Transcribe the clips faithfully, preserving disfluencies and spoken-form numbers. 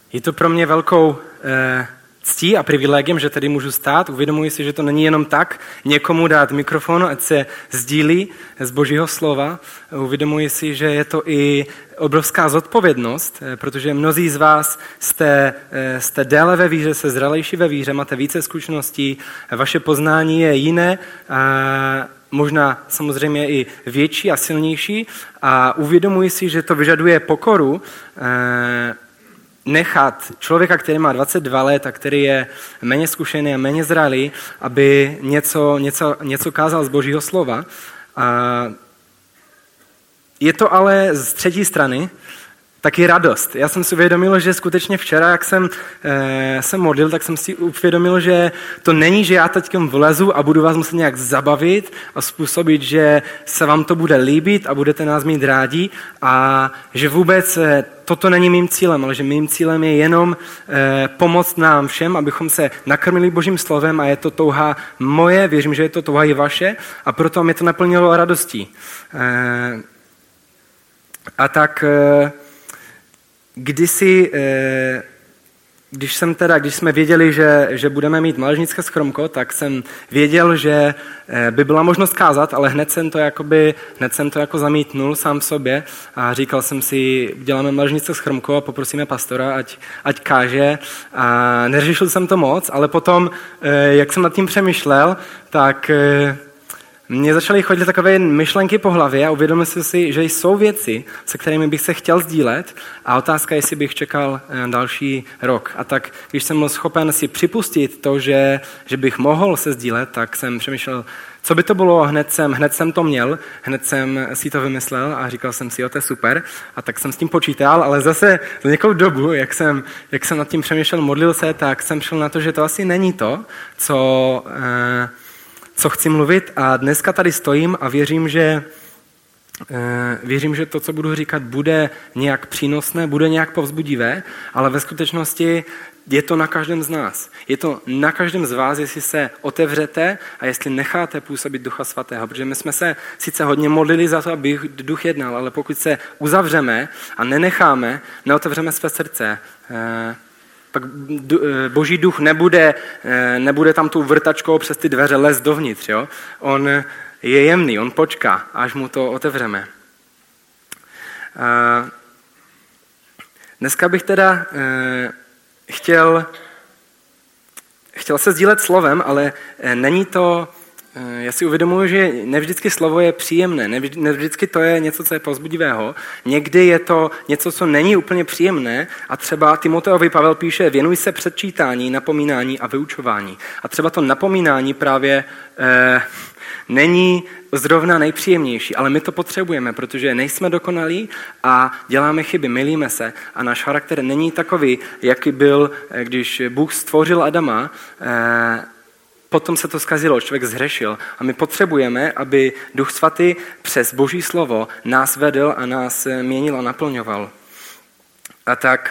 Je to pro mě velkou eh, ctí a privilegiem, že tady můžu stát. Uvědomuji si, že to není jenom tak někomu dát mikrofon, ať se sdílí z Božího slova. Uvědomuji si, že je to i obrovská zodpovědnost, eh, protože mnozí z vás jste, eh, jste déle ve víře, jste zralejší ve víře, máte více zkušeností, vaše poznání je jiné, eh, možná samozřejmě i větší a silnější a uvědomuji si, že to vyžaduje pokoru, eh, nechat člověka, který má dvacet dva let a který je méně zkušený a méně zralý, aby něco, něco, něco kázal z Božího slova. A je to ale z třetí strany taky radost. Já jsem si uvědomil, že skutečně včera, jak jsem e, se modlil, tak jsem si uvědomil, že to není, že já teď vlezu a budu vás muset nějak zabavit a způsobit, že se vám to bude líbit a budete nás mít rádi a že vůbec e, toto není mým cílem, ale že mým cílem je jenom e, pomoct nám všem, abychom se nakrmili Božím slovem a je to touha moje, věřím, že je to touha i vaše a proto mě to naplnilo radostí. E, a tak... E, Kdysi, když jsem teda, když jsme věděli, že, že budeme mít mládežnické schromko, tak jsem věděl, že by byla možnost kázat, ale hned jsem to jakoby, hned jsem to jako zamítnul sám sobě a říkal jsem si, děláme mládežnické schromko a poprosíme pastora, ať, ať káže. A neřešil jsem to moc, ale potom, jak jsem nad tím přemýšlel, tak mně začaly chodit takové myšlenky po hlavě a uvědomil jsem si, že jsou věci, se kterými bych se chtěl sdílet a otázka, jestli bych čekal další rok. A tak, když jsem byl schopen si připustit to, že, že bych mohl se sdílet, tak jsem přemýšlel, co by to bylo, hned jsem, hned jsem to měl, hned jsem si to vymyslel a říkal jsem si, jo, to je super. A tak jsem s tím počítal, ale zase za nějakou dobu, jak jsem, jak jsem nad tím přemýšlel, modlil se, tak jsem šel na to, že to asi není to, co... Eh, co chci mluvit a dneska tady stojím a věřím, že, věřím, že to, co budu říkat, bude nějak přínosné, bude nějak povzbudivé, ale ve skutečnosti je to na každém z nás. Je to na každém z vás, jestli se otevřete a jestli necháte působit Ducha Svatého, protože my jsme se sice hodně modlili za to, aby Duch jednal, ale pokud se uzavřeme a nenecháme, neotevřeme své srdce, pak Boží duch nebude, nebude tam tou vrtačkou přes ty dveře lézt dovnitř. Jo? On je jemný, on počká, až mu to otevřeme. Dneska bych teda chtěl, chtěl se sdílet slovem, ale není to... Já si uvědomuji, že nevždycky slovo je příjemné, nevždycky to je něco, co je povzbudivého. Někdy je to něco, co není úplně příjemné a třeba Timoteovi Pavel píše, věnuj se předčítání, napomínání a vyučování. A třeba to napomínání právě eh, není zrovna nejpříjemnější, ale my to potřebujeme, protože nejsme dokonalí a děláme chyby, mylíme se a náš charakter není takový, jaký byl, když Bůh stvořil Adama, eh, potom se to zkazilo, člověk zhřešil a my potřebujeme, aby Duch Svatý přes Boží slovo nás vedl a nás měnil a naplňoval. A tak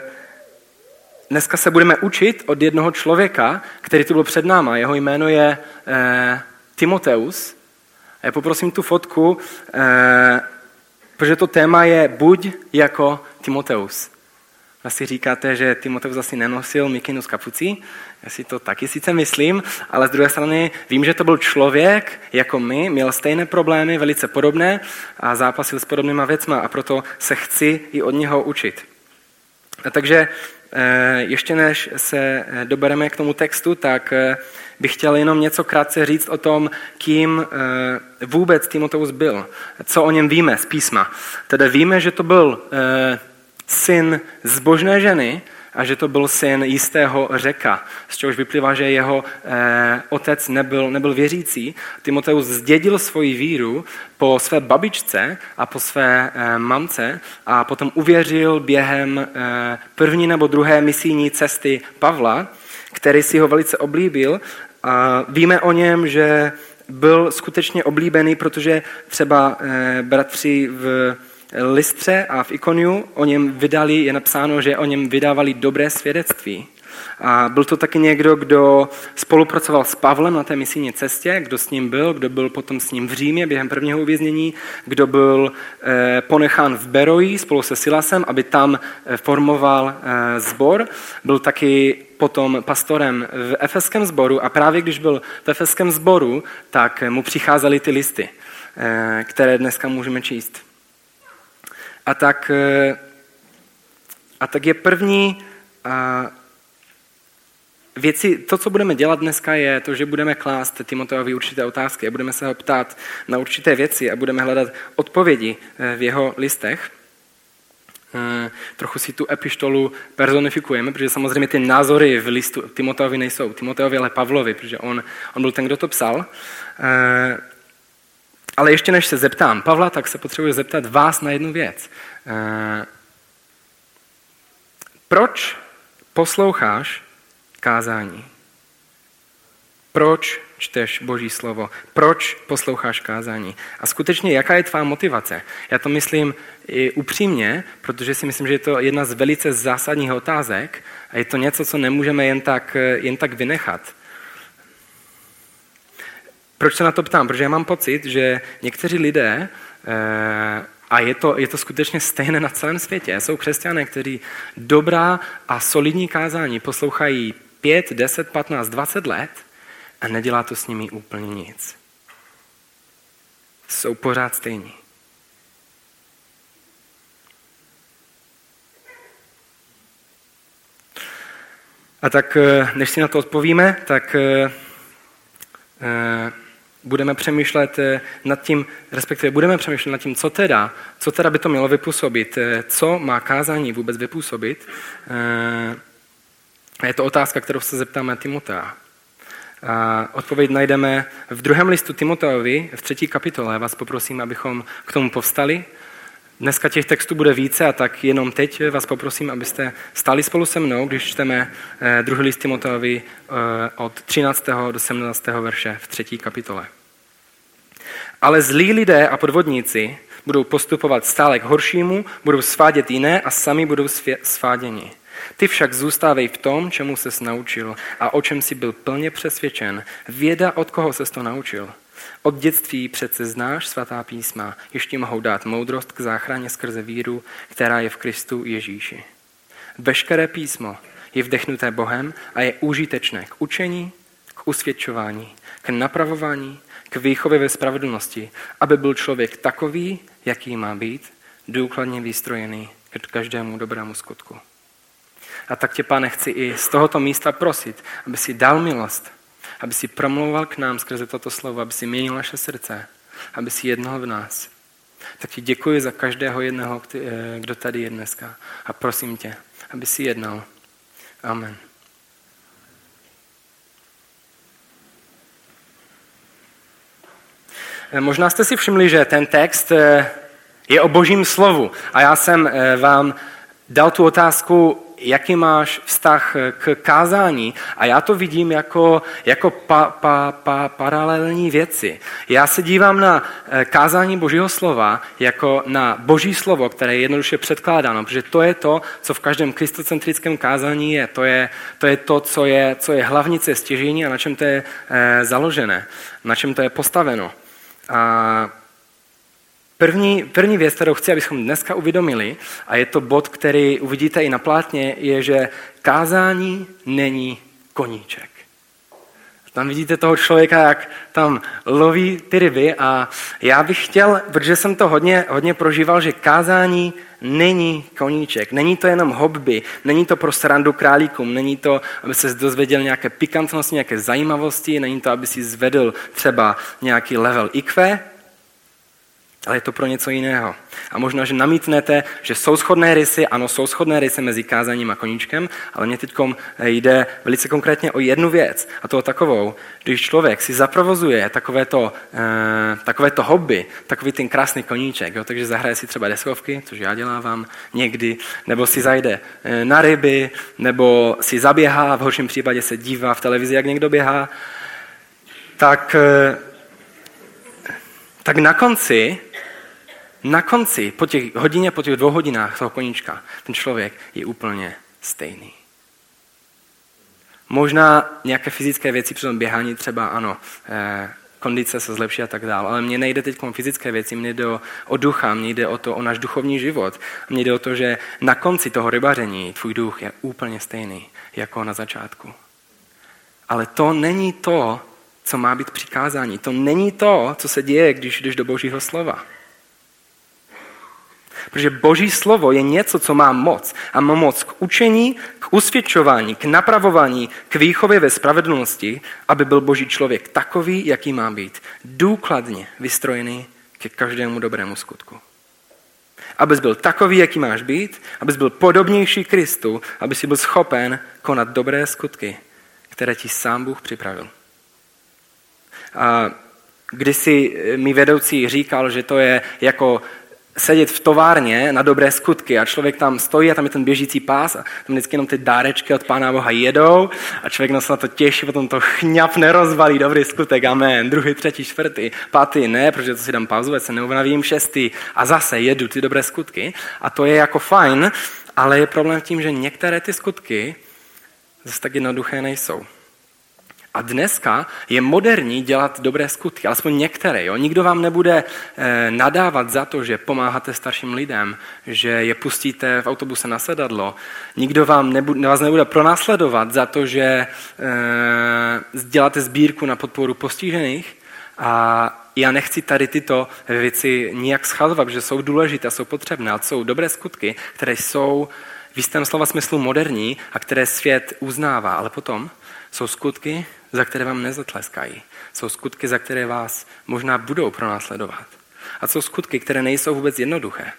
dneska se budeme učit od jednoho člověka, který tu byl před náma. Jeho jméno je eh, Timoteus. A já poprosím tu fotku, eh, protože to téma je buď jako Timoteus. Asi říkáte, že Timoteus asi nenosil mikinu s kapucí. Já si to taky sice myslím, ale z druhé strany vím, že to byl člověk jako my, měl stejné problémy, velice podobné a zápasil s podobnýma věcma a proto se chci i od něho učit. A takže ještě než se dobereme k tomu textu, tak bych chtěl jenom něco krátce říct o tom, kým vůbec Timoteus byl, co o něm víme z písma. Tedy víme, že to byl syn zbožné ženy a že to byl syn jistého Řeka, z čehož vyplývá, že jeho eh, otec nebyl, nebyl věřící. Timoteus zdědil svoji víru po své babičce a po své eh, mamce a potom uvěřil během eh, první nebo druhé misijní cesty Pavla, který si ho velice oblíbil. A víme o něm, že byl skutečně oblíbený, protože třeba eh, bratři v Lystře a v Ikoniu o něm vydali, je napsáno, že o něm vydávali dobré svědectví. A byl to taky někdo, kdo spolupracoval s Pavlem na té misijní cestě, kdo s ním byl, kdo byl potom s ním v Římě během prvního uvěznění, kdo byl eh, ponechán v Beroji spolu se Silasem, aby tam eh, formoval eh, sbor. Byl taky potom pastorem v efeském sboru a právě když byl v efeském sboru, tak mu přicházely ty listy, eh, které dneska můžeme číst. A tak, eh, a tak je první eh, věci, to, co budeme dělat dneska, je to, že budeme klást Timoteovi určité otázky a budeme se ho ptát na určité věci a budeme hledat odpovědi v jeho listech. Trochu si tu epištolu personifikujeme, protože samozřejmě ty názory v listu Timoteovi nejsou Timoteovi, ale Pavlovi, protože on, on byl ten, kdo to psal. Ale ještě než se zeptám Pavla, tak se potřebuji zeptat vás na jednu věc. Proč posloucháš kázání? Proč čteš Boží slovo? Proč posloucháš kázání? A skutečně, jaká je tvá motivace? Já to myslím i upřímně, protože si myslím, že je to jedna z velice zásadních otázek a je to něco, co nemůžeme jen tak, jen tak vynechat. Proč se na to ptám? Protože já mám pocit, že někteří lidé, a je to, je to skutečně stejné na celém světě, jsou křesťané, kteří dobrá a solidní kázání poslouchají pět, deset, patnáct, dvacet let a nedělá to s nimi úplně nic. Jsou pořád stejní. A tak, než si na to odpovíme, tak budeme přemýšlet nad tím, respektive budeme přemýšlet nad tím, co teda, co teda by to mělo vypůsobit, co má kázání vůbec vypůsobit. A je to otázka, kterou se zeptáme Timotea. A odpověď najdeme v druhém listu Timoteovi, v třetí kapitole. Vás poprosím, abychom k tomu povstali. Dneska těch textů bude více, a tak jenom teď vás poprosím, abyste stáli spolu se mnou, když čteme druhý list Timoteovi od třináctého do sedmnáctého verše v třetí kapitole. Ale zlí lidé a podvodníci budou postupovat stále k horšímu, budou svádět jiné a sami budou sváděni. Ty však zůstávej v tom, čemu ses naučil a o čem jsi byl plně přesvědčen. Věda, od koho ses to naučil. Od dětství přece znáš svatá písma, jež ti mohou dát moudrost k záchraně skrze víru, která je v Kristu Ježíši. Veškeré písmo je vdechnuté Bohem a je užitečné k učení, k usvědčování, k napravování, k výchově ve spravedlnosti, aby byl člověk takový, jaký má být, důkladně vystrojený k každému dobrému skutku. A tak tě, Pane, chci i z tohoto místa prosit, aby si dal milost, aby si promlouval k nám skrze toto slovo, aby si měnil naše srdce, aby si jednal v nás. Tak ti děkuji za každého jednoho, kdo tady je dneska. A prosím tě, aby si jednal. Amen. Možná jste si všimli, že ten text je o Božím slovu. A já jsem vám dal tu otázku, jaký máš vztah k kázání. A já to vidím jako, jako pa, pa, pa, paralelní věci. Já se dívám na kázání Božího slova jako na Boží slovo, které je jednoduše předkládáno, protože to je to, co v každém kristocentrickém kázání je. To je to, je to co, je, co je hlavnice, stěžejní a na čem to je eh, založené, na čem to je postaveno. A První, první věc, kterou chci, abychom dneska uvědomili, a je to bod, který uvidíte i na plátně, je, že kázání není koníček. Tam vidíte toho člověka, jak tam loví ty ryby, a já bych chtěl, protože jsem to hodně, hodně prožíval, že kázání není koníček. Není to jenom hobby, není to pro srandu králíkům, není to, aby se dozvěděl nějaké pikantnosti, nějaké zajímavosti, není to, aby si zvedl třeba nějaký level í kvé, ale je to pro něco jiného. A možná, že namítnete, že jsou shodné rysy, ano, jsou shodné rysy mezi kázáním a koníčkem, ale mě teď jde velice konkrétně o jednu věc, a to o takovou, když člověk si zaprovozuje takovéto, eh, takovéto hobby, takový ten krásný koníček, jo, takže zahraje si třeba deskovky, což já dělávám někdy, nebo si zajde eh, na ryby, nebo si zaběhá, v horším případě se dívá v televizi, jak někdo běhá, tak, eh, tak na konci Na konci, po těch hodině, po těch dvou hodinách toho koníčka, ten člověk je úplně stejný. Možná nějaké fyzické věci při tom běhání, třeba ano, eh, kondice se zlepší a tak dále, ale mně nejde teď o fyzické věci, mně jde o, o ducha, mně jde o to, o náš duchovní život. Mně jde o to, že na konci toho rybaření tvůj duch je úplně stejný jako na začátku. Ale to není to, co má být přikázání. To není to, co se děje, když jdeš do Božího slova. Protože Boží slovo je něco, co má moc. A má moc k učení, k usvědčování, k napravování, k výchově ve spravedlnosti, aby byl Boží člověk takový, jaký má být. Důkladně vystrojený ke každému dobrému skutku. Abys byl takový, jaký máš být, abys byl podobnější Kristu, aby si byl schopen konat dobré skutky, které ti sám Bůh připravil. A kdysi mi vedoucí říkal, že to je jako sedět v továrně na dobré skutky a člověk tam stojí a tam je ten běžící pás a tam vždycky jenom ty dárečky od Pána Boha jedou a člověk se na to těší, potom to chňap nerozvalí, dobrý skutek, amen, druhý, třetí, čtvrtý, pátý, ne, protože to si dám pauzu, se neunavím, šestý a zase jedu ty dobré skutky a to je jako fajn, ale je problém tím, že některé ty skutky zase tak jednoduché nejsou. A dneska je moderní dělat dobré skutky, alespoň některé. Jo? Nikdo vám nebude eh, nadávat za to, že pomáháte starším lidem, že je pustíte v autobuse na sedadlo. Nikdo vám nebude, vás nebude pronásledovat za to, že eh, děláte sbírku na podporu postižených. A já nechci tady tyto věci nijak schazovat, protože jsou důležité, jsou potřebné, ale jsou dobré skutky, které jsou v jistém slova smyslu moderní a které svět uznává. Ale potom jsou skutky, za které vám nezatleskají. Jsou skutky, za které vás možná budou pronásledovat. A jsou skutky, které nejsou vůbec jednoduché.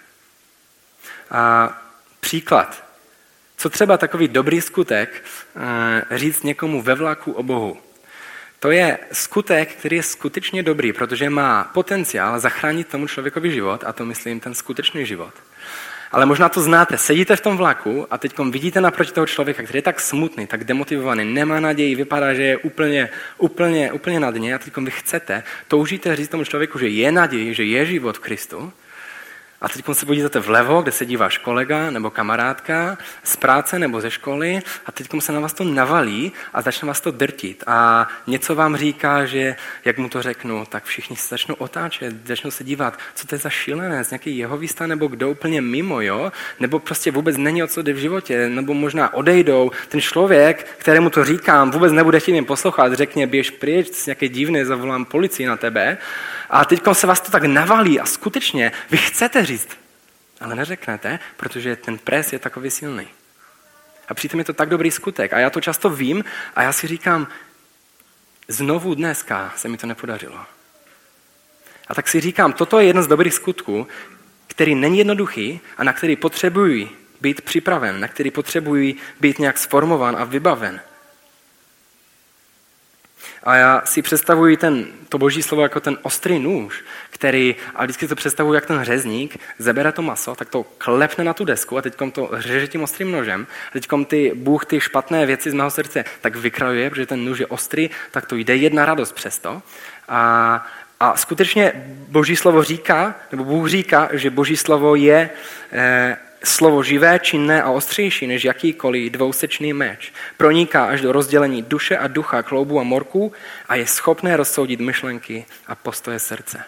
A příklad. Co třeba takový dobrý skutek říct někomu ve vlaku o Bohu? To je skutek, který je skutečně dobrý, protože má potenciál zachránit tomu člověkovi život, a to myslím ten skutečný život. Ale možná to znáte, sedíte v tom vlaku a teď vidíte naproti toho člověka, který je tak smutný, tak demotivovaný, nemá naději, vypadá, že je úplně, úplně, úplně na dně a teď vy chcete, toužíte říct tomu člověku, že je naději, že je život v Kristu. A teď se podíváte vlevo, kde sedí váš kolega nebo kamarádka z práce nebo ze školy a teď se na vás to navalí a začne vás to drtit. A něco vám říká, že jak mu to řeknu, tak všichni se začnou otáčet, začnou se dívat, co to je za šílenec, nějaký jehovista nebo kdo úplně mimo, jo? Nebo prostě vůbec není o co jde v životě, nebo možná odejdou. Ten člověk, kterému to říkám, vůbec nebude chtít mě poslouchat, řekne běž pryč, jsi nějaký divný, zavolám policii na tebe. A teď se vás to tak navalí a skutečně vy chcete říct, ale neřeknete, protože ten pres je takový silný. A přitom je to tak dobrý skutek. A já to často vím a já si říkám, znovu dneska se mi to nepodařilo. A tak si říkám, toto je jeden z dobrých skutků, který není jednoduchý a na který potřebuji být připraven, na který potřebuji být nějak sformován a vybaven. A já si představuji ten, to Boží slovo jako ten ostrý nůž, který, a vždycky to představuji jak ten řezník, zabere to maso, tak to klepne na tu desku a teď to řeže tím ostrým nožem. A teď ty Bůh ty špatné věci z mého srdce tak vykrajuje, protože ten nůž je ostrý, tak to jde jedna radost přesto. A, a skutečně Boží slovo říká, nebo Bůh říká, že Boží slovo je eh, slovo živé, činné a ostřejší než jakýkoliv dvousečný meč. Proniká až do rozdělení duše a ducha, kloubů a morků a je schopné rozsoudit myšlenky a postoje srdce.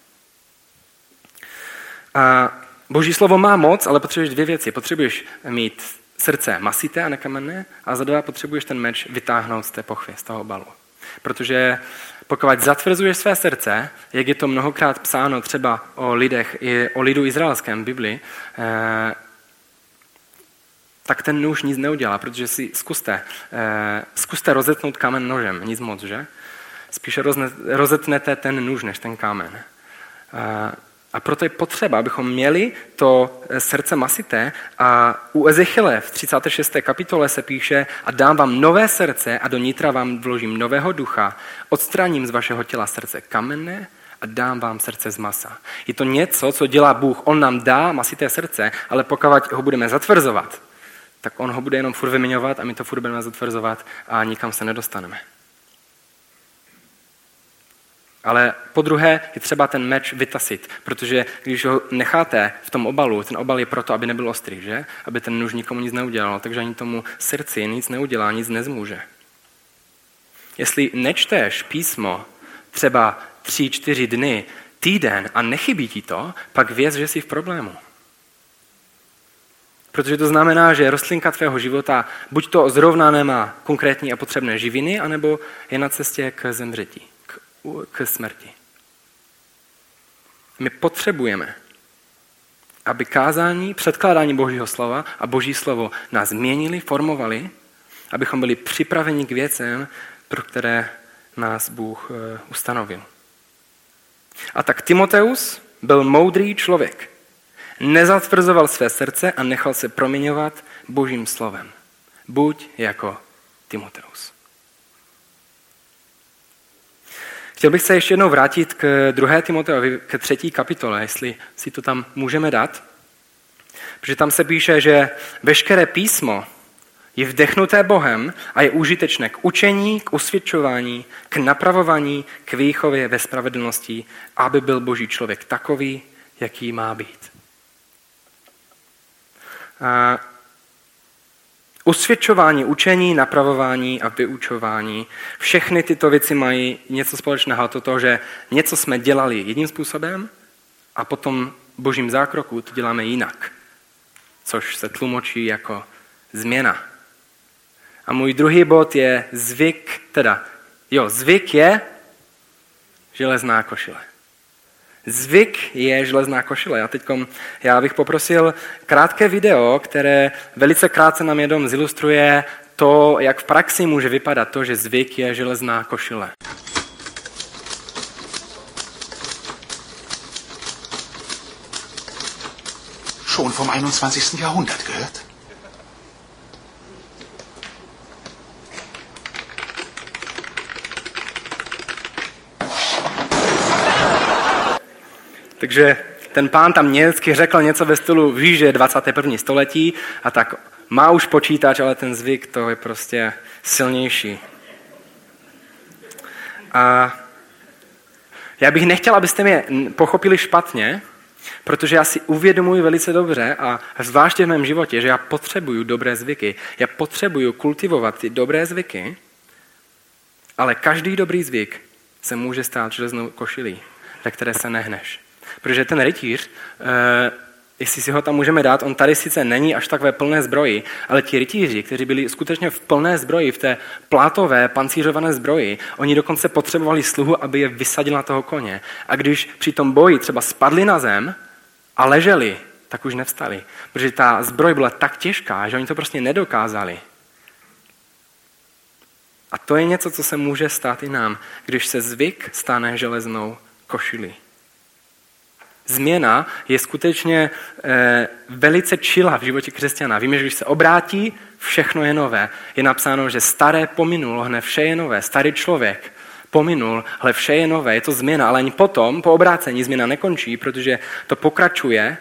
A Boží slovo má moc, ale potřebuješ dvě věci. Potřebuješ mít srdce masité a nekamenné a za dva potřebuješ ten meč vytáhnout z té pochvy, z toho obalu. Protože pokud zatvrzuješ své srdce, jak je to mnohokrát psáno třeba o lidech, o lidu izraelském v Biblii, eh, tak ten nůž nic neudělá, protože si zkuste, eh, zkuste rozetnout kámen nožem, nic moc, že? Spíše rozne, rozetnete ten nůž než ten kámen. Eh, a proto je potřeba, abychom měli to srdce masité a u Ezechiele v třicáté šesté kapitole se píše a dám vám nové srdce a do nitra vám vložím nového ducha, odstraním z vašeho těla srdce kamenné a dám vám srdce z masa. Je to něco, co dělá Bůh. On nám dá masité srdce, ale pokud ho budeme zatvrzovat, tak on ho bude jenom furt vyměňovat a my to furt budeme zatvrzovat a nikam se nedostaneme. Ale po druhé je třeba ten meč vytasit, protože když ho necháte v tom obalu, ten obal je proto, aby nebyl ostrý, že? Aby ten nůž nikomu nic neudělal, takže ani tomu srdci nic neudělá, nic nezmůže. Jestli nečteš písmo třeba tři, čtyři dny, týden a nechybí ti to, pak věz, že jsi v problému. Protože to znamená, že rostlinka tvého života buď to zrovna nemá konkrétní a potřebné živiny, anebo je na cestě k zemřetí, k, k smrti. My potřebujeme, aby kázání, předkládání Božího slova a Boží slovo nás změnili, formovali, abychom byli připraveni k věcem, pro které nás Bůh ustanovil. A tak Timoteus byl moudrý člověk. Nezatvrzoval své srdce a nechal se proměňovat Božím slovem. Buď jako Timoteus. Chtěl bych se ještě jednou vrátit k druhé Timoteovi, k třetí kapitole, jestli si to tam můžeme dát. Protože tam se píše, že veškeré písmo je vdechnuté Bohem a je užitečné k učení, k usvědčování, k napravování, k výchově ve spravedlnosti, aby byl Boží člověk takový, jaký má být. A usvědčování, učení, napravování a vyučování, všechny tyto věci mají něco společného, to, že něco jsme dělali jedním způsobem a potom Božím zákroku to děláme jinak, což se tlumočí jako změna. A můj druhý bod je zvyk, teda, jo, zvyk je železná košile. Zvyk je železná košile. Já teďkom, já bych poprosil krátké video, které velice krátce nám jenom zilustruje to, jak v praxi může vypadat to, že zvyk je železná košile. Schon vom einundzwanzigsten Jahrhundert gehört? Takže ten pán tam německy řekl něco ve stylu, víš, že je dvacáté první století a tak má už počítač, ale ten zvyk to je prostě silnější. A já bych nechtěl, abyste mě pochopili špatně, protože já si uvědomuji velice dobře a zvláště v mém životě, že já potřebuju dobré zvyky. Já potřebuju kultivovat ty dobré zvyky, ale každý dobrý zvyk se může stát železnou košilí, ve které se nehneš. Protože ten rytíř, eh, jestli si ho tam můžeme dát, on tady sice není až tak ve plné zbroji, ale ti rytíři, kteří byli skutečně v plné zbroji, v té plátové, pancířované zbroji, oni dokonce potřebovali sluhu, aby je vysadil na toho koně. A když při tom boji třeba spadli na zem a leželi, tak už nevstali. Protože ta zbroj byla tak těžká, že oni to prostě nedokázali. A to je něco, co se může stát i nám, když se zvyk stane železnou košilí. Změna je skutečně e, velice čilá v životě křesťana. Víme, že když se obrátí, všechno je nové. Je napsáno, že staré pominulo, hned vše je nové. Starý člověk pominul, hle vše je nové. Je to změna, ale ani potom, po obrácení, změna nekončí, protože to pokračuje.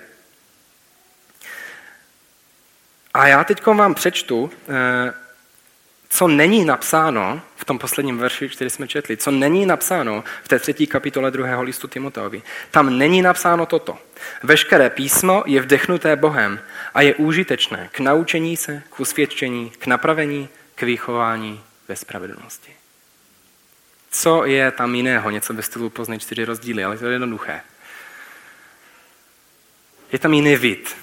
A já teď vám přečtu, e, co není napsáno v tom posledním verši, který jsme četli, co není napsáno v té třetí kapitole druhého listu Timoteovi. Tam není napsáno toto. Veškeré písmo je vdechnuté Bohem a je užitečné k naučení se, k usvědčení, k napravení, k vychování ve spravedlnosti. Co je tam jiného? Něco ve stylu poznej čtyři rozdíly, ale to je jednoduché. Je tam jiný vid.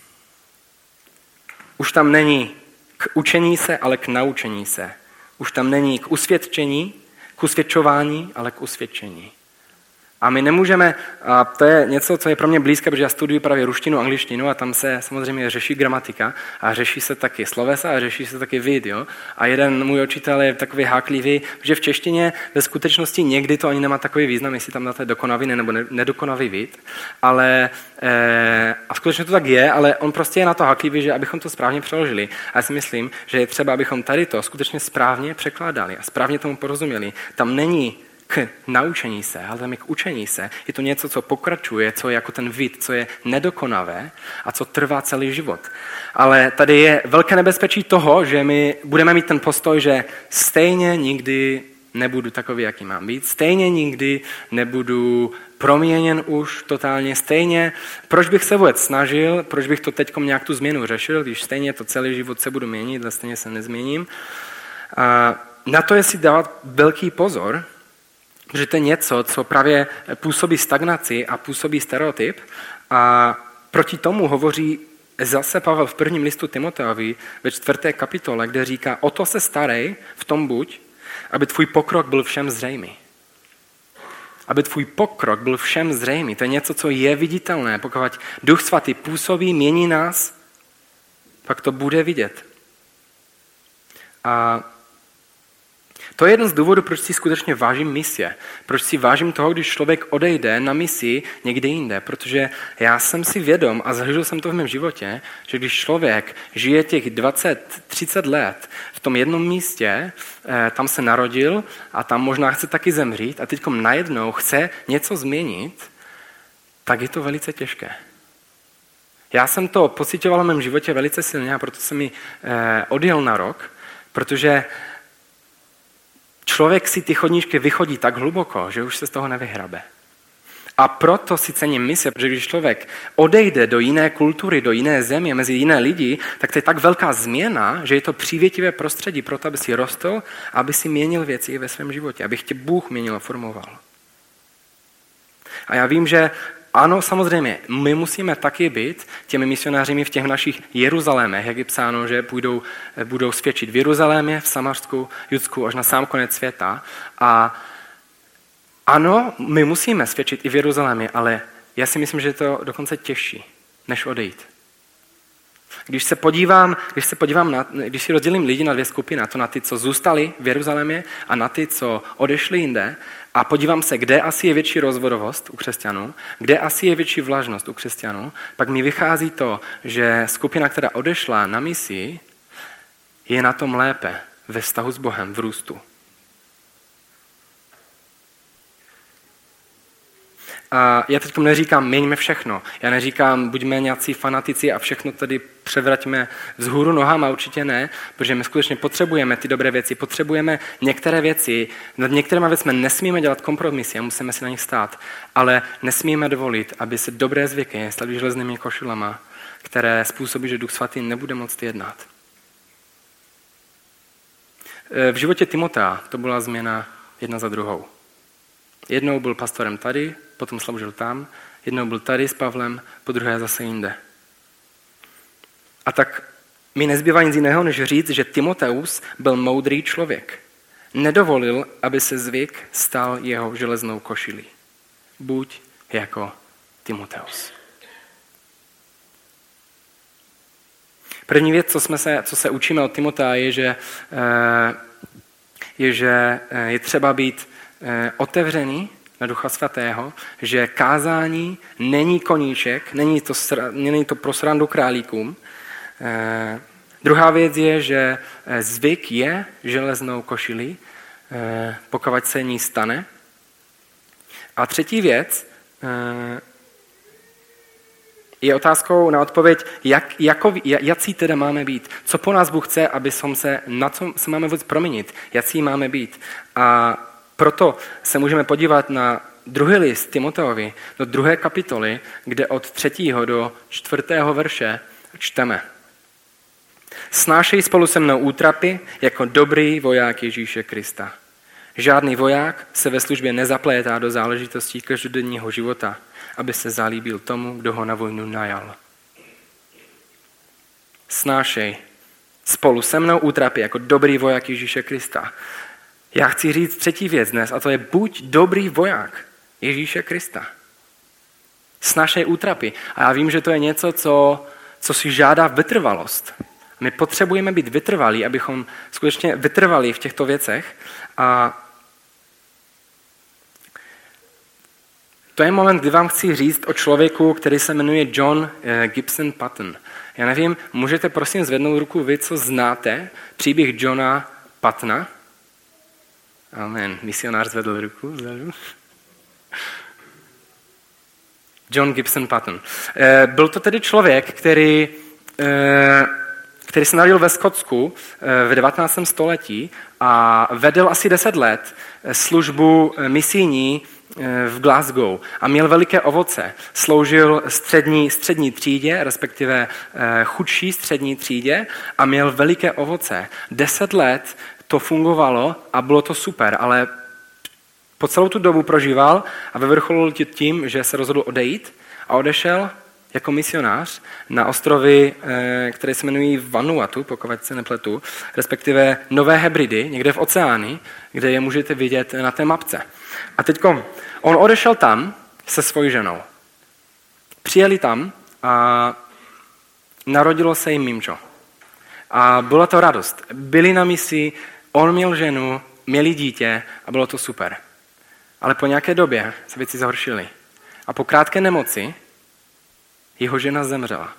Už tam není k učení se, ale k naučení se. Už tam není k usvědčení, k usvědčování, ale k usvědčení. A my nemůžeme, a to je něco, co je pro mě blízké, protože já studuji právě ruštinu, angličtinu a tam se samozřejmě řeší gramatika a řeší se taky slovesa a řeší se taky vid. Jo? A jeden můj učitel je takový háklivý, že v češtině ve skutečnosti někdy to ani nemá takový význam, jestli tam dáte dokonavý nebo nedokonavý vid. Ale, e, a skutečně to tak je, ale on prostě je na to háklivý, že abychom to správně přeložili. A já si myslím, že je třeba, abychom tady to skutečně správně překládali a správně tomu porozuměli. Tam není k naučení se, ale tam je k učení se. Je to něco, co pokračuje, co je jako ten vid, co je nedokonavé a co trvá celý život. Ale tady je velké nebezpečí toho, že my budeme mít ten postoj, že stejně nikdy nebudu takový, jaký mám být, stejně nikdy nebudu proměněn už totálně, stejně, proč bych se vůbec snažil, proč bych to teďkom nějak tu změnu řešil, když stejně to celý život se budu měnit a stejně se nezměním. A na to je si dávat velký pozor, protože to je něco, co právě působí stagnaci a působí stereotyp. A proti tomu hovoří zase Pavel v prvním listu Timoteovi ve čtvrté kapitole, kde říká, o to se starej, v tom buď, aby tvůj pokrok byl všem zřejmý. Aby tvůj pokrok byl všem zřejmý. To je něco, co je viditelné. Pokud Duch Svatý působí, mění nás, pak to bude vidět. A to je jeden z důvodů, proč si skutečně vážím misie. Proč si vážím toho, když člověk odejde na misi někde jinde. Protože já jsem si vědom a zažil jsem to v mém životě, že když člověk žije těch dvacet třicet let v tom jednom místě, tam se narodil a tam možná chce taky zemřít a teď najednou chce něco změnit, tak je to velice těžké. Já jsem to pocitoval v mém životě velice silně a proto jsem mi odjel na rok, protože člověk si ty chodníčky vychodí tak hluboko, že už se z toho nevyhrabe. A proto si cením mise, protože když člověk odejde do jiné kultury, do jiné země, mezi jiné lidi, tak to je tak velká změna, že je to přívětivé prostředí pro to, aby si rostl, aby si měnil věci i ve svém životě, aby tě Bůh měnil a formoval. A já vím, že ano, samozřejmě, my musíme taky být těmi misionáři v těch našich Jeruzalémech, jak je psáno, že půjdou, budou svědčit v Jeruzalémě, v Samarsku, Judsku, až na sám konec světa. A ano, my musíme svědčit i v Jeruzalémě, ale já si myslím, že je to dokonce těžší, než odejít. Když se podívám, když se podívám na, když si rozdělím lidi na dvě skupiny, na to na ty, co zůstali v Jeruzalémě a na ty, co odešli jinde, a podívám se, kde asi je větší rozvodovost u křesťanů, kde asi je větší vlažnost u křesťanů, pak mi vychází to, že skupina, která odešla na misi, je na tom lépe ve vztahu s Bohem, v růstu. A já teď neříkám, měňme všechno. Já neříkám, buďme nějací fanatici a všechno tady převraťme vzhůru nohama, určitě ne, protože my skutečně potřebujeme ty dobré věci, potřebujeme některé věci, nad některými věcmi nesmíme dělat kompromisy a musíme si na nich stát, ale nesmíme dovolit, aby se dobré zvyky staly železnými košilama, které způsobí, že Duch Svatý nebude moct jednat. V životě Timotea to byla změna jedna za druhou. Jednou byl pastorem tady, potom sloužil tam, jednou byl tady s Pavlem, po druhé zase jinde. A tak mi nezbývá nic jiného, než říct, že Timoteus byl moudrý člověk. Nedovolil, aby se zvyk stal jeho železnou košilí. Buď jako Timoteus. První věc, co, jsme se, co se učíme od Timotea, je, že je, že je třeba být otevřený na Ducha Svatého, že kázání není koníček, není to, není to pro srandu králíkům. Eh, druhá věc je, že zvyk je železnou košilí, eh, pokud se ní stane. A třetí věc eh, je otázkou na odpověď, jak, jako, jací teda máme být. Co po nás Bůh chce, aby se, na co se máme vůbec proměnit, jací máme být. A proto se můžeme podívat na druhý list Timoteovi, do druhé kapitoly, kde od třetího do čtvrtého verše čteme. Snášej spolu se mnou útrapy jako dobrý voják Ježíše Krista. Žádný voják se ve službě nezaplétá do záležitostí každodenního života, aby se zalíbil tomu, kdo ho na vojnu najal. Snášej spolu se mnou útrapy jako dobrý voják Ježíše Krista. Já chci říct třetí věc dnes, a to je buď dobrý voják Ježíše Krista. Snášej útrapy. A já vím, že to je něco, co, co si žádá vytrvalost. My potřebujeme být vytrvalí, abychom skutečně vytrvali v těchto věcech. A to je moment, kdy vám chci říct o člověku, který se jmenuje John Gibson Paton. Já nevím, můžete prosím zvednout ruku vy, co znáte příběh Johna Patona? Amen. Misionář zvedl ruku. John Gibson Paton. Byl to tedy člověk, který, který se narodil ve Skotsku v devatenáctém století a vedl asi deset let službu misijní v Glasgow a měl veliké ovoce. Sloužil střední, střední třídě, respektive chudší střední třídě a měl veliké ovoce. Deset let to fungovalo a bylo to super, ale po celou tu dobu prožíval a vyvrcholil tím, že se rozhodl odejít a odešel jako misionář na ostrovy, které se jmenují Vanuatu, pokud se nepletu, respektive Nové Hebridy, někde v oceáni, kde je můžete vidět na té mapce. A teďko on odešel tam se svojí ženou. Přijeli tam a narodilo se jim mimčo. A byla to radost. Byli na misi, on měl ženu, měli dítě a bylo to super. Ale po nějaké době se věci zhoršily. A po krátké nemoci jeho žena zemřela.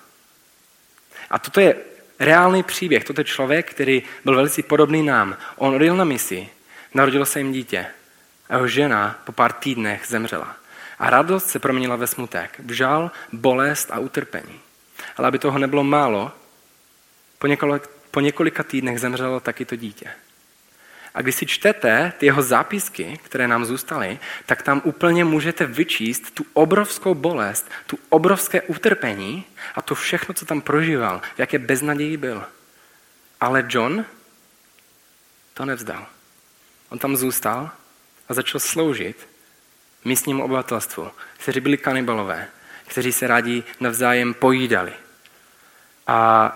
A toto je reálný příběh. Toto je člověk, který byl velice podobný nám. On odjel na misi, narodilo se jim dítě. A jeho žena po pár týdnech zemřela. A radost se proměnila ve smutek, v žal, bolest a utrpení. Ale aby toho nebylo málo, po několika, po několika týdnech zemřelo taky to dítě. A když si čtete ty jeho zápisky, které nám zůstaly, tak tam úplně můžete vyčíst tu obrovskou bolest, tu obrovské utrpení a to všechno, co tam prožíval, v jaké beznaději byl. Ale John to nevzdal. On tam zůstal a začal sloužit místnímu obyvatelstvu, kteří byli kanibalové, kteří se rádi navzájem pojídali. A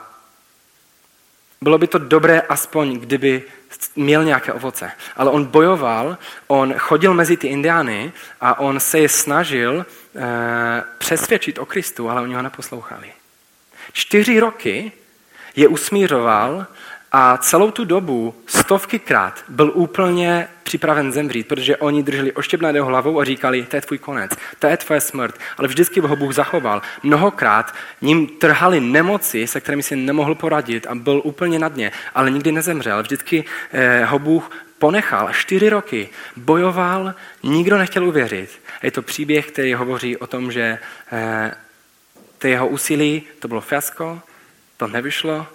bylo by to dobré aspoň, kdyby měl nějaké ovoce. Ale on bojoval, on chodil mezi ty indiány a on se je snažil eh, přesvědčit o Kristu, ale oni ho neposlouchali. Čtyři roky je usmířoval a celou tu dobu stovkykrát byl úplně připraven zemřít, protože oni drželi oštěp nad jeho hlavou a říkali, to je tvůj konec, to je tvoje smrt, ale vždycky ho Bůh zachoval. Mnohokrát ním trhali nemoci, se kterými si nemohl poradit a byl úplně na dně, ale nikdy nezemřel. Vždycky eh, ho Bůh ponechal. Čtyři roky bojoval, nikdo nechtěl uvěřit. Je to příběh, který hovoří o tom, že eh, to jeho úsilí, to bylo fiasko, to nevyšlo.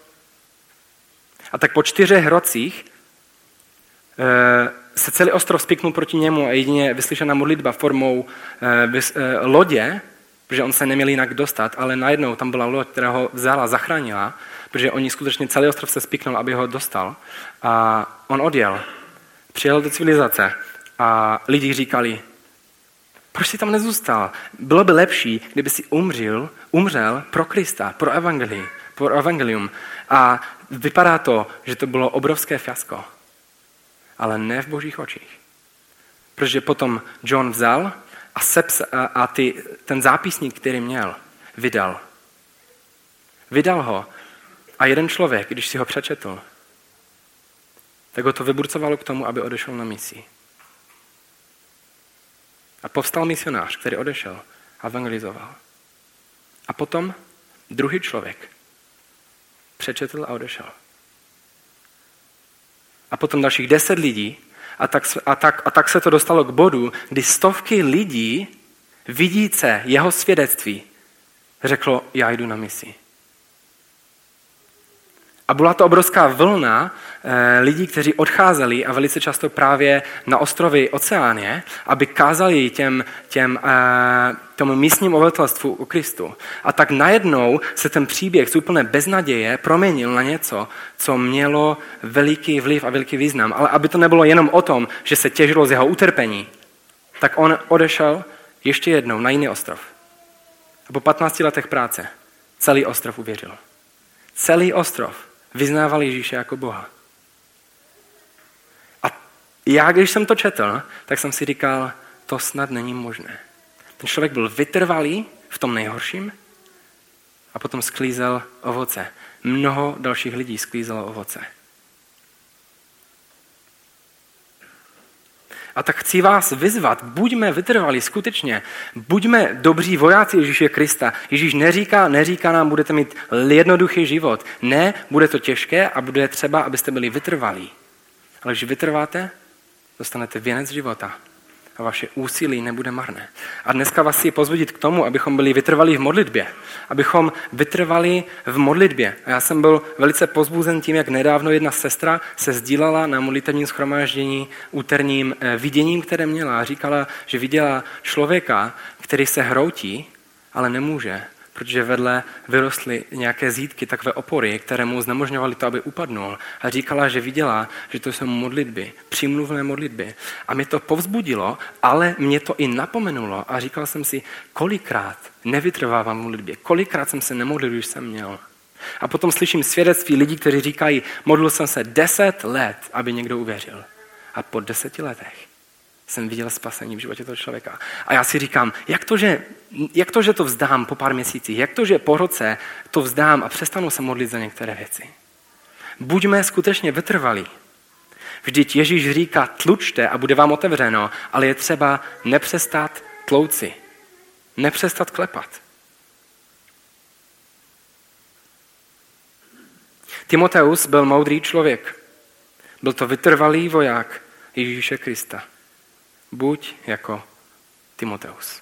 A tak po čtyřech rocích e, se celý ostrov spiknul proti němu a jedině vyslyšená modlitba formou e, vys, e, lodě, protože on se neměl jinak dostat, ale najednou tam byla loď, která ho vzala, zachránila, protože oni skutečně celý ostrov se spiknul, aby ho dostal. A on odjel, přijel do civilizace a lidi říkali, proč jsi tam nezůstal? Bylo by lepší, kdyby si umřel, umřel pro Krista, pro evangelium. Pro evangelium. A vypadá to, že to bylo obrovské fiasko. Ale ne v Božích očích. Protože potom John vzal a, seps, a, a ty, ten zápisník, který měl, vydal. Vydal ho a jeden člověk, když si ho přečetl, tak ho to vyburcovalo k tomu, aby odešel na misi. A povstal misionář, který odešel a evangelizoval. A potom druhý člověk přečetl a odešel. A potom dalších deset lidí a tak, a, tak, a tak se to dostalo k bodu, kdy stovky lidí vidíce jeho svědectví řeklo, já jdu na misi. A byla to obrovská vlna eh, lidí, kteří odcházeli a velice často právě na ostrovy Oceánie, aby kázali těm, těm, eh, tomu místním obyvatelstvu o Kristu. A tak najednou se ten příběh z úplné beznaděje proměnil na něco, co mělo veliký vliv a veliký význam. Ale aby to nebylo jenom o tom, že se těžilo z jeho utrpení, tak on odešel ještě jednou na jiný ostrov. A po patnácti letech práce celý ostrov uvěřil. Celý ostrov vyznával Ježíše jako Boha. A já, když jsem to četl, tak jsem si říkal, to snad není možné. Ten člověk byl vytrvalý v tom nejhorším a potom sklízel ovoce. Mnoho dalších lidí sklízelo ovoce. A tak chci vás vyzvat, buďme vytrvalí skutečně, buďme dobří vojáci Ježíše Krista. Ježíš neříká, neříká nám, budete mít jednoduchý život. Ne, bude to těžké a bude třeba, abyste byli vytrvalí. Ale když vytrváte, dostanete věnec života a vaše úsilí nebude marné. A dneska vás chci pozvodit k tomu, abychom byli vytrvalí v modlitbě. Abychom vytrvali v modlitbě. A já jsem byl velice pozbuzen tím, jak nedávno jedna sestra se sdílala na modlitevním shromáždění úterním viděním, které měla. A říkala, že viděla člověka, který se hroutí, ale nemůže, protože vedle vyrostly nějaké zítky, takové opory, které mu znemožňovaly to, aby upadnul. A říkala, že viděla, že to jsou modlitby, přímluvné modlitby. A mě to povzbudilo, ale mě to i napomenulo. A říkal jsem si, kolikrát nevytrvávám v modlitbě, kolikrát jsem se nemodlil, když jsem měl. A potom slyším svědectví lidí, kteří říkají, modlil jsem se deset let, aby někdo uvěřil. A po deseti letech jsem viděl spasení v životě toho člověka. A já si říkám, jak to, že, jak to, že to vzdám po pár měsících, jak to, že po roce to vzdám a přestanu se modlit za některé věci. Buďme skutečně vytrvalí. Vždyť Ježíš říká, tlučte a bude vám otevřeno, ale je třeba nepřestat tlouci, nepřestat klepat. Timoteus byl moudrý člověk. Byl to vytrvalý voják Ježíše Krista. Buď jako Timoteus.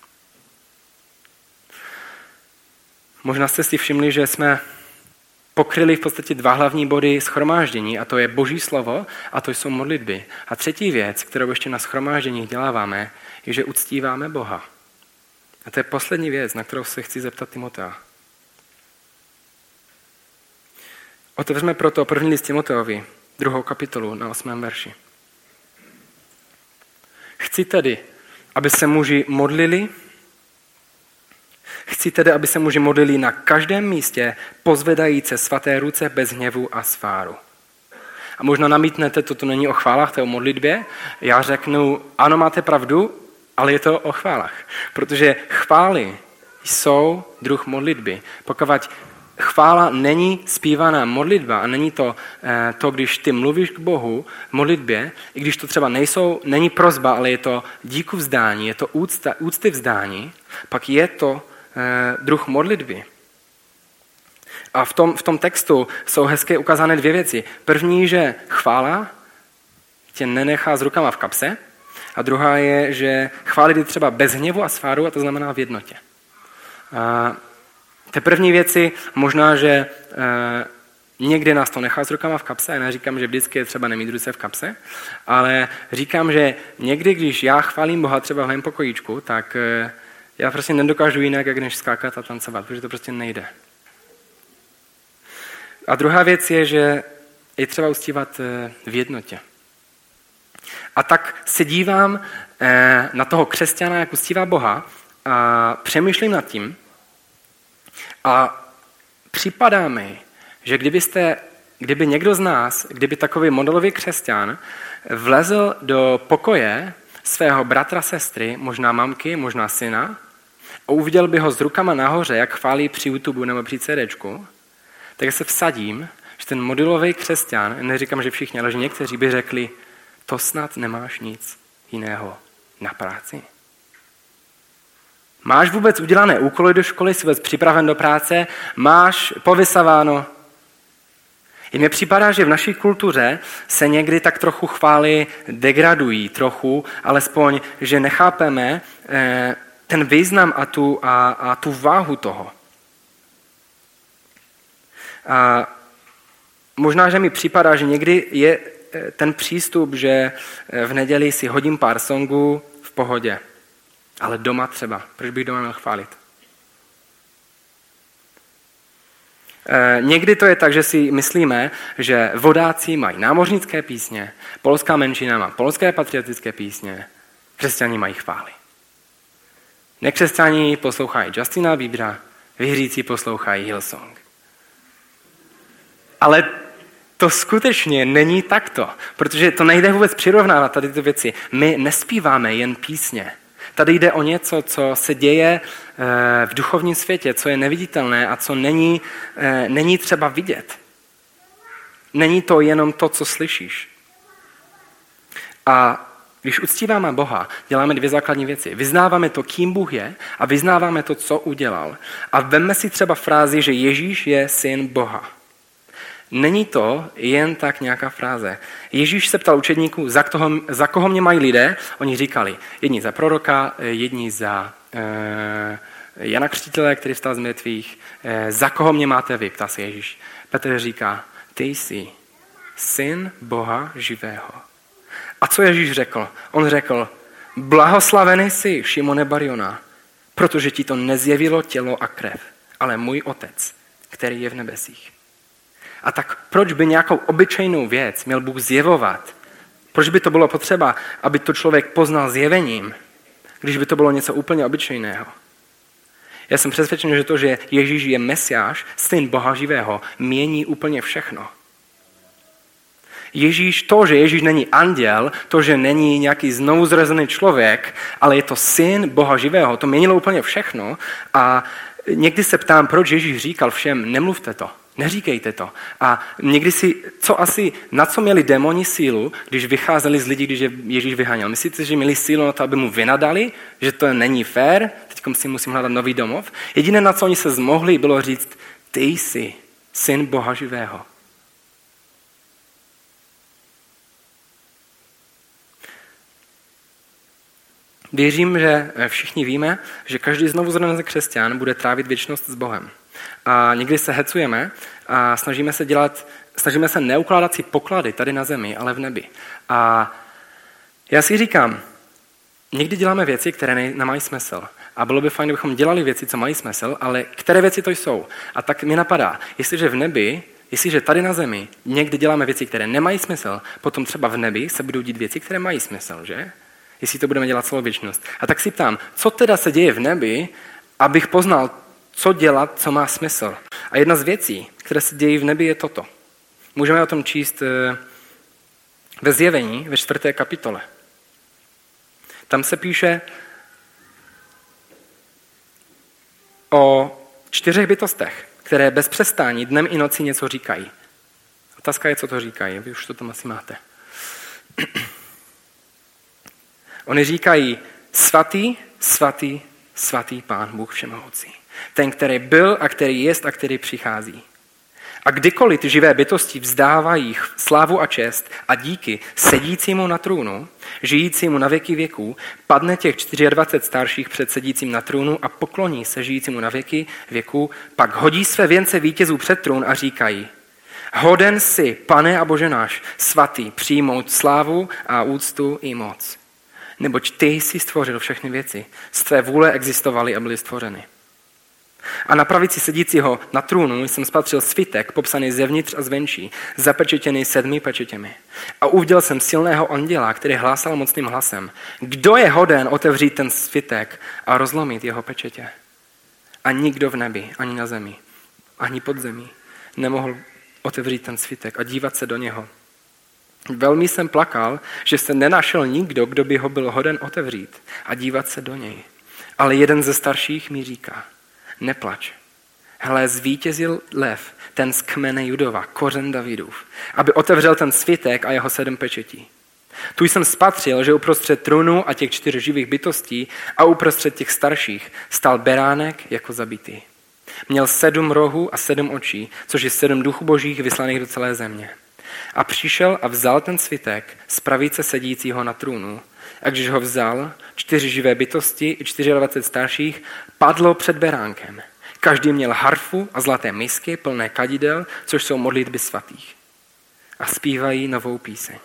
Možná jste si všimli, že jsme pokryli v podstatě dva hlavní body shromáždění, a to je Boží slovo a to jsou modlitby. A třetí věc, kterou ještě na shromážděních děláváme, je, že uctíváme Boha. A to je poslední věc, na kterou se chci zeptat Timotea. Otevřeme proto první list Timoteovi, druhou kapitolu na osmém verši. Chci tedy, aby se muži modlili, chci tedy, aby se muži modlili na každém místě, pozvedajíce svaté ruce bez hněvu a sváru. A možná namítnete, toto není o chválách, to je o modlitbě. Já řeknu, ano, máte pravdu, ale je to o chválách. Protože chvály jsou druh modlitby. Pokud chvála není zpívaná modlitba a není to, to, když ty mluvíš k Bohu v modlitbě, i když to třeba nejsou, není prosba, ale je to díku vzdání, je to úcta, úcty vzdání, pak je to eh, druh modlitby. A v tom, v tom textu jsou hezké ukázané dvě věci. První, že chvála tě nenechá s rukama v kapse, a druhá je, že chválit je třeba bez hněvu a sváru, a to znamená v jednotě. A Te první věci, možná, že e, někdy nás to nechá s rukama v kapse, já neříkám, že vždycky je třeba nemít ruce v kapse, ale říkám, že někdy, když já chválím Boha třeba v mém pokojíčku, tak e, já prostě nedokážu jinak, jak než skákat a tancovat, protože to prostě nejde. A druhá věc je, že je třeba uctívat e, v jednotě. A tak se dívám e, na toho křesťana, jak uctívá Boha, a přemýšlím nad tím, a připadá mi, že kdybyste, kdyby někdo z nás, kdyby takový modelový křesťan vlezl do pokoje svého bratra, sestry, možná mamky, možná syna, a uviděl by ho s rukama nahoře, jak chválí při YouTube nebo při CDčku, tak se vsadím, že ten modelový křesťan, neříkám, že všichni, ale že někteří by řekli, to snad nemáš nic jiného na práci. Máš vůbec udělané úkoly do školy, jsi vůbec připraven do práce, máš povysaváno. I mně připadá, že v naší kultuře se někdy tak trochu chvály degradují, trochu, alespoň, že nechápeme eh, ten význam a tu, a, a tu váhu toho. A možná, že mi připadá, že někdy je ten přístup, že v neděli si hodím pár songů v pohodě. Ale doma třeba. Proč bych doma měl chválit? E, někdy to je tak, že si myslíme, že vodáci mají námořnické písně, polská menšina má polské patriotické písně, křesťani mají chvály. Nekřesťani poslouchají Justina Biebera, věřící poslouchají Hillsong. Ale to skutečně není takto, protože to nejde vůbec přirovnávat tady ty věci. My nespíváme jen písně. Tady jde o něco, co se děje v duchovním světě, co je neviditelné a co není, není třeba vidět. Není to jenom to, co slyšíš. A když uctíváme Boha, děláme dvě základní věci. Vyznáváme to, kým Bůh je, a vyznáváme to, co udělal. A vemme si třeba frázi, že Ježíš je syn Boha. Není to jen tak nějaká fráze. Ježíš se ptal učedníků, za, toho, za koho mě mají lidé. Oni říkali, jedni za proroka, jedni za eh, Jana Křtitele, který vstal z mrtvých. Eh, za koho mě máte vy, ptá se Ježíš. Petr říká, ty jsi syn Boha živého. A co Ježíš řekl? On řekl, blahoslavený jsi, Šimone Bariona, protože ti to nezjevilo tělo a krev, ale můj Otec, který je v nebesích. A tak proč by nějakou obyčejnou věc měl Bůh zjevovat? Proč by to bylo potřeba, aby to člověk poznal zjevením, když by to bylo něco úplně obyčejného? Já jsem přesvědčen, že to, že Ježíš je Mesiáš, syn Boha živého, mění úplně všechno. Ježíš, to, že Ježíš není anděl, to, že není nějaký znovuzrozený člověk, ale je to syn Boha živého, to měnilo úplně všechno. A někdy se ptám, proč Ježíš říkal všem, nemluvte to, neříkejte to. A někdy si, co asi, na co měli démoni sílu, když vycházeli z lidí, když je Ježíš vyháněl? Myslíte, že měli sílu na to, aby mu vynadali, že to není fér, teďkom si musím hledat nový domov? Jediné, na co oni se zmohli, bylo říct, ty jsi syn Boha živého. Věřím, že všichni víme, že každý znovuzrozený křesťan bude trávit věčnost s Bohem. A někdy se hecujeme a snažíme se dělat, snažíme se neukládat si poklady tady na zemi, ale v nebi. A já si říkám, někdy děláme věci, které nemají smysl. A bylo by fajn, kdybychom dělali věci, co mají smysl, ale které věci to jsou. A tak mi napadá, jestliže v nebi, jestliže tady na zemi někdy děláme věci, které nemají smysl, potom třeba v nebi se budou dít věci, které mají smysl, že? Jestli to budeme dělat celou věčnost. A tak si ptám, co teda se děje v nebi, abych poznal, co dělat, co má smysl. A jedna z věcí, které se dějí v nebi, je toto. Můžeme o tom číst ve Zjevení, ve čtvrté kapitole. Tam se píše o čtyřech bytostech, které bez přestání dnem i nocí něco říkají. Otázka je, co to říkají. Vy už to tam asi máte. Oni říkají, svatý, svatý, svatý Pán Bůh všemohoucí. Ten, který byl a který jest a který přichází. A kdykoliv ty živé bytosti vzdávají slávu a čest a díky sedícímu na trůnu, žijícímu na věky věků, padne těch dvacet čtyři starších před sedícím na trůnu a pokloní se žijícímu na věky věků, pak hodí své věnce vítězů před trůn a říkají, hoden si, Pane a Bože náš, svatý, přijmout slávu a úctu i moc. Neboť ty jsi stvořil všechny věci, z tvé vůle existovaly a byly stvořeny. A na pravici sedícího na trůnu jsem spatřil svitek, popsaný zevnitř a zvenčí, zapečetěný sedmi pečetěmi. A uviděl jsem silného anděla, který hlásal mocným hlasem. Kdo je hoden otevřít ten svitek a rozlomit jeho pečetě? A nikdo v nebi, ani na zemi, ani pod zemí nemohl otevřít ten svitek a dívat se do něho. Velmi jsem plakal, že se nenašel nikdo, kdo by ho byl hoden otevřít a dívat se do něj. Ale jeden ze starších mi říká, neplač. Hle, zvítězil lev, ten z kmene Judova, kořen Davidův, aby otevřel ten svitek a jeho sedm pečetí. Tu jsem spatřil, že uprostřed trůnu a těch čtyř živých bytostí a uprostřed těch starších stál beránek jako zabitý. Měl sedm rohů a sedm očí, což je sedm duchů božích vyslaných do celé země. A přišel a vzal ten svitek z pravice sedícího na trůnu. A když ho vzal, čtyři živé bytosti i dvacet čtyři starších padlo před beránkem. Každý měl harfu a zlaté misky plné kadidel, což jsou modlitby svatých. A zpívají novou píseň.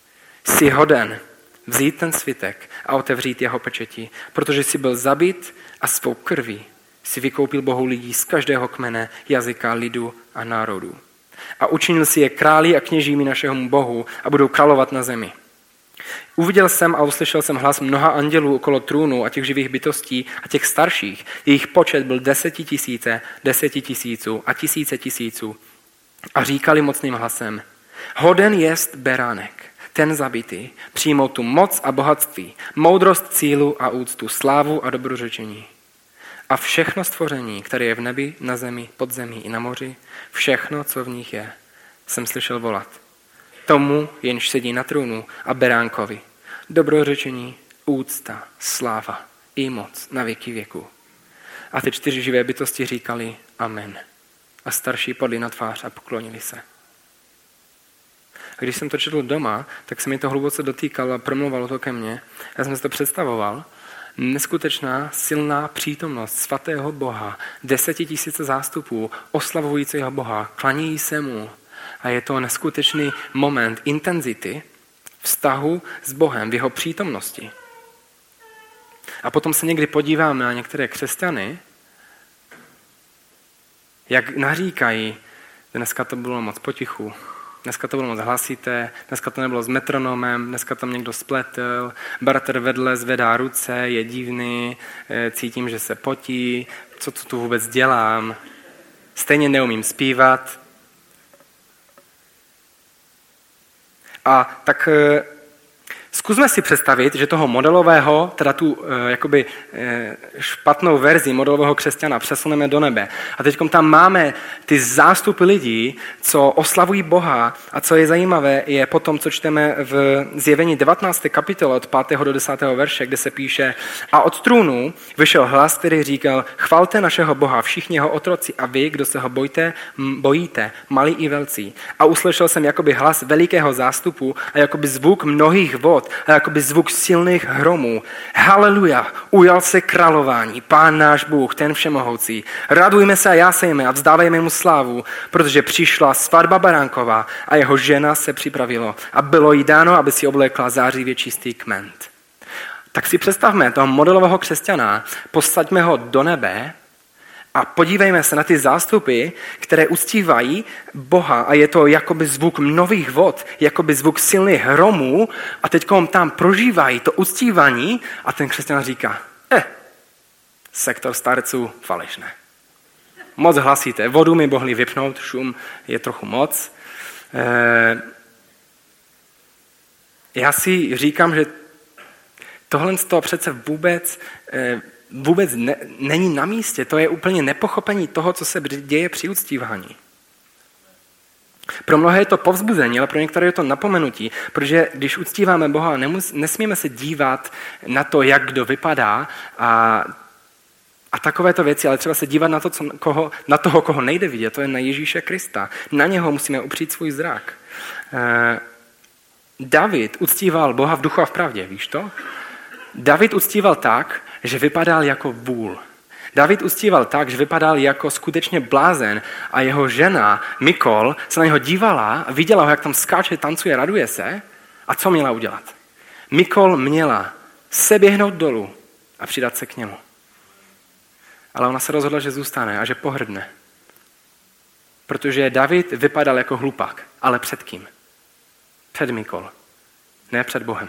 Jsi hoden vzít ten svitek a otevřít jeho pečeti, protože jsi byl zabit a svou krví si vykoupil Bohu lidí z každého kmene, jazyka, lidu a národu. A učinil si je králi a kněžími našemu Bohu a budou královat na zemi. Uviděl jsem a uslyšel jsem hlas mnoha andělů okolo trůnu a těch živých bytostí a těch starších. Jejich počet byl desetitisíce, desetitisíců a tisíce tisíců. A říkali mocným hlasem, hoden jest beránek, ten zabitý, přijmout tu moc a bohatství, moudrost, sílu a úctu, slávu a dobrořečení. A všechno stvoření, které je v nebi, na zemi, pod zemí i na moři, všechno, co v nich je, jsem slyšel volat. Tomu, jenž sedí na trůnu a beránkovi, dobrořečení, úcta, sláva i moc na věky věku. A ty čtyři živé bytosti říkali amen. A starší padli na tvář a poklonili se. A když jsem to četl doma, tak se mi to hluboce dotýkalo a promluvalo to ke mně. Já jsem si to představoval. Neskutečná, silná přítomnost svatého Boha, desetitisíce zástupů, oslavujícího Boha, klanějí se mu. A je to neskutečný moment intenzity vztahu s Bohem v jeho přítomnosti. A potom se někdy podíváme na některé křesťany Jak naříkají, dneska to bylo moc potichu, dneska to bylo moc hlasité, dneska to nebylo s metronomem, dneska tam někdo spletl, bratr vedle zvedá ruce, je divný, cítím, že se potí, co tu, tu vůbec dělám, stejně neumím zpívat. A tak zkusme si představit, že toho modelového, teda tu e, jakoby e, špatnou verzi modelového křesťana přesuneme do nebe. A teď tam máme ty zástupy lidí, co oslavují Boha a co je zajímavé, je potom, co čteme v Zjevení devatenácté kapitole od pátého do desátého verše, kde se píše: a od trůnu vyšel hlas, který říkal: chvalte našeho Boha, všichni jeho otroci a vy, kdo se ho bojte, bojíte, malí i velcí. A uslyšel jsem jakoby hlas velikého zástupu a jakoby zvuk mnohých vod a jakoby zvuk silných hromů. Haleluja, ujal se králování, Pán náš Bůh, ten všemohoucí. Radujme se a jásejme a vzdávejme mu slávu, protože přišla svatba baránková a jeho žena se připravilo a bylo jí dáno, aby si oblékla zářivě čistý kment. Tak si představme toho modelového křesťana, posaďme ho do nebe a podívejme se na ty zástupy, které uctívají Boha a je to jakoby zvuk nových vod, jakoby zvuk silných hromů a teď tam prožívají to uctívání a ten křesťan říká: eh, sektor starců falešné. Moc hlasíte, vodu mi mohli vypnout, šum je trochu moc. Eh, já si říkám, že tohle z toho přece vůbec eh, vůbec ne, není na místě. To je úplně nepochopení toho, co se děje při uctívání. Pro mnohé je to povzbuzení, ale pro některé je to napomenutí, protože když uctíváme Boha, nemus, nesmíme se dívat na to, jak kdo vypadá a, a takovéto věci, ale třeba se dívat na, to, co, koho, na toho, koho nejde vidět, to je na Ježíše Krista. Na něho musíme upřít svůj zrak. Eh, David uctíval Boha v duchu a v pravdě, víš to? David uctíval tak, že vypadal jako vůl. David uctíval tak, že vypadal jako skutečně blázen a jeho žena Mikol se na něho dívala a viděla ho, jak tam skáče, tancuje, raduje se. A co měla udělat? Mikol měla se běhnout dolů a přidat se k němu. Ale ona se rozhodla, že zůstane a že pohrdne. Protože David vypadal jako hlupák, ale před kým? Před Mikol, ne před Bohem.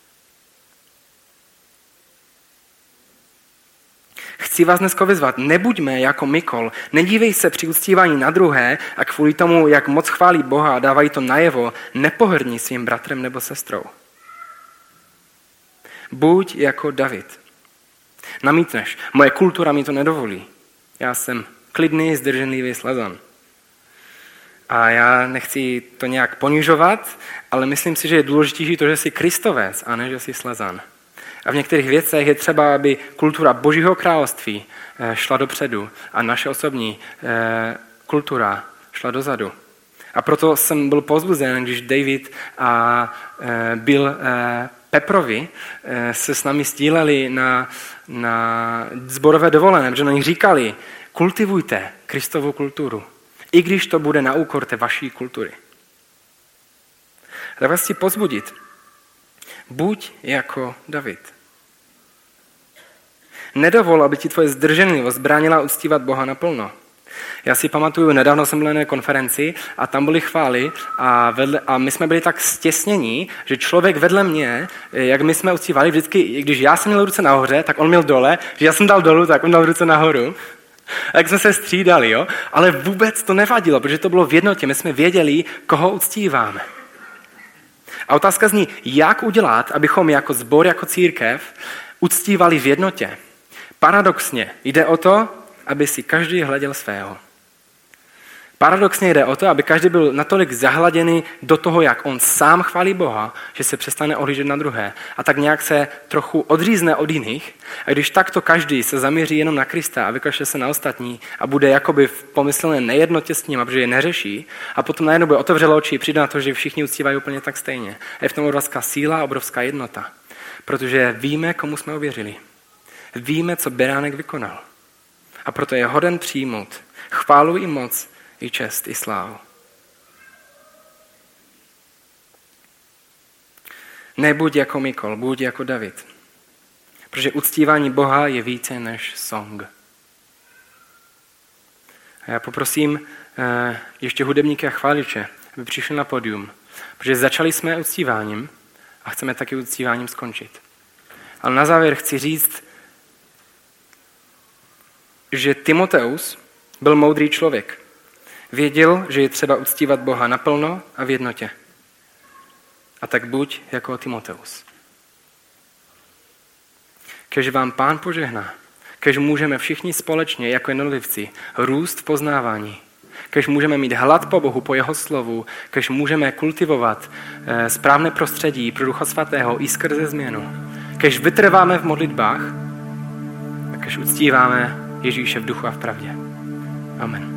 Chci vás dneska vyzvat, nebuďme jako Mikol, nedívej se při uctívání na druhé a kvůli tomu, jak moc chválí Boha a dávají to najevo, nepohrdni svým bratrem nebo sestrou. Buď jako David. Namítneš, moje kultura mi to nedovolí. Já jsem klidný, zdrženlivý Slezan. A já nechci to nějak ponižovat, ale myslím si, že je důležitější to, že jsi Kristovec a ne, že jsi Slezan. A v některých věcech je třeba, aby kultura Božího království šla dopředu a naše osobní kultura šla dozadu. A proto jsem byl povzbuzen, když David a Bill Peprovi se s námi sdíleli na, na sborové dovolené, protože oni říkali, kultivujte Kristovu kulturu, i když to bude na úkor té vaší kultury. Tak vás chci povzbudit. Buď jako David. Nedovol, aby ti tvoje zdrženlivost bránila uctívat Boha naplno. Já si pamatuju, nedávno jsem byl na konferenci a tam byly chvály a, vedle, a my jsme byli tak stěsnění, že člověk vedle mě, jak my jsme uctívali, vždycky, když já jsem měl ruce nahoře, tak on měl dole, že já jsem dal dolů, tak on dal ruce nahoru. A jak jsme se střídali, jo? Ale vůbec to nevadilo, protože to bylo v jednotě, my jsme věděli, koho uctíváme. A otázka zní, jak udělat, abychom jako sbor, jako církev uctívali v jednotě. Paradoxně jde o to, aby si každý hleděl svého. Paradoxně jde o to, aby každý byl natolik zahladěný do toho, jak on sám chválí Boha, že se přestane ohlížet na druhé a tak nějak se trochu odřízne od jiných. A když takto každý se zaměří jenom na Krista a vykašle se na ostatní a bude jakoby v pomyslné nejednotě s ním, protože je neřeší, a potom najednou bude otevřel oči a přijde na to, že všichni uctívají úplně tak stejně. A je v tom obrovská síla a obrovská jednota. Protože víme, komu jsme uvěřili. Víme, co beránek vykonal. A proto je hoden přijmout chválu i moc, i čest, i slávu. Nebuď jako Mikol, buď jako David. Protože uctívání Boha je více než song. A já poprosím eh, ještě hudebníky a chváliče, aby přišli na pódium, protože začali jsme uctíváním a chceme taky uctíváním skončit. Ale na závěr chci říct, že Timoteus byl moudrý člověk. Věděl, že je třeba uctívat Boha naplno a v jednotě. A tak buď jako Timoteus. Kež vám Pán požehná, kež můžeme všichni společně jako jednotlivci růst v poznávání, kež můžeme mít hlad po Bohu, po jeho slovu, kež můžeme kultivovat eh, správné prostředí pro Ducha Svatého i skrze změnu, kež vytrváme v modlitbách a kež uctíváme Ježíše v duchu a v pravdě. Amen.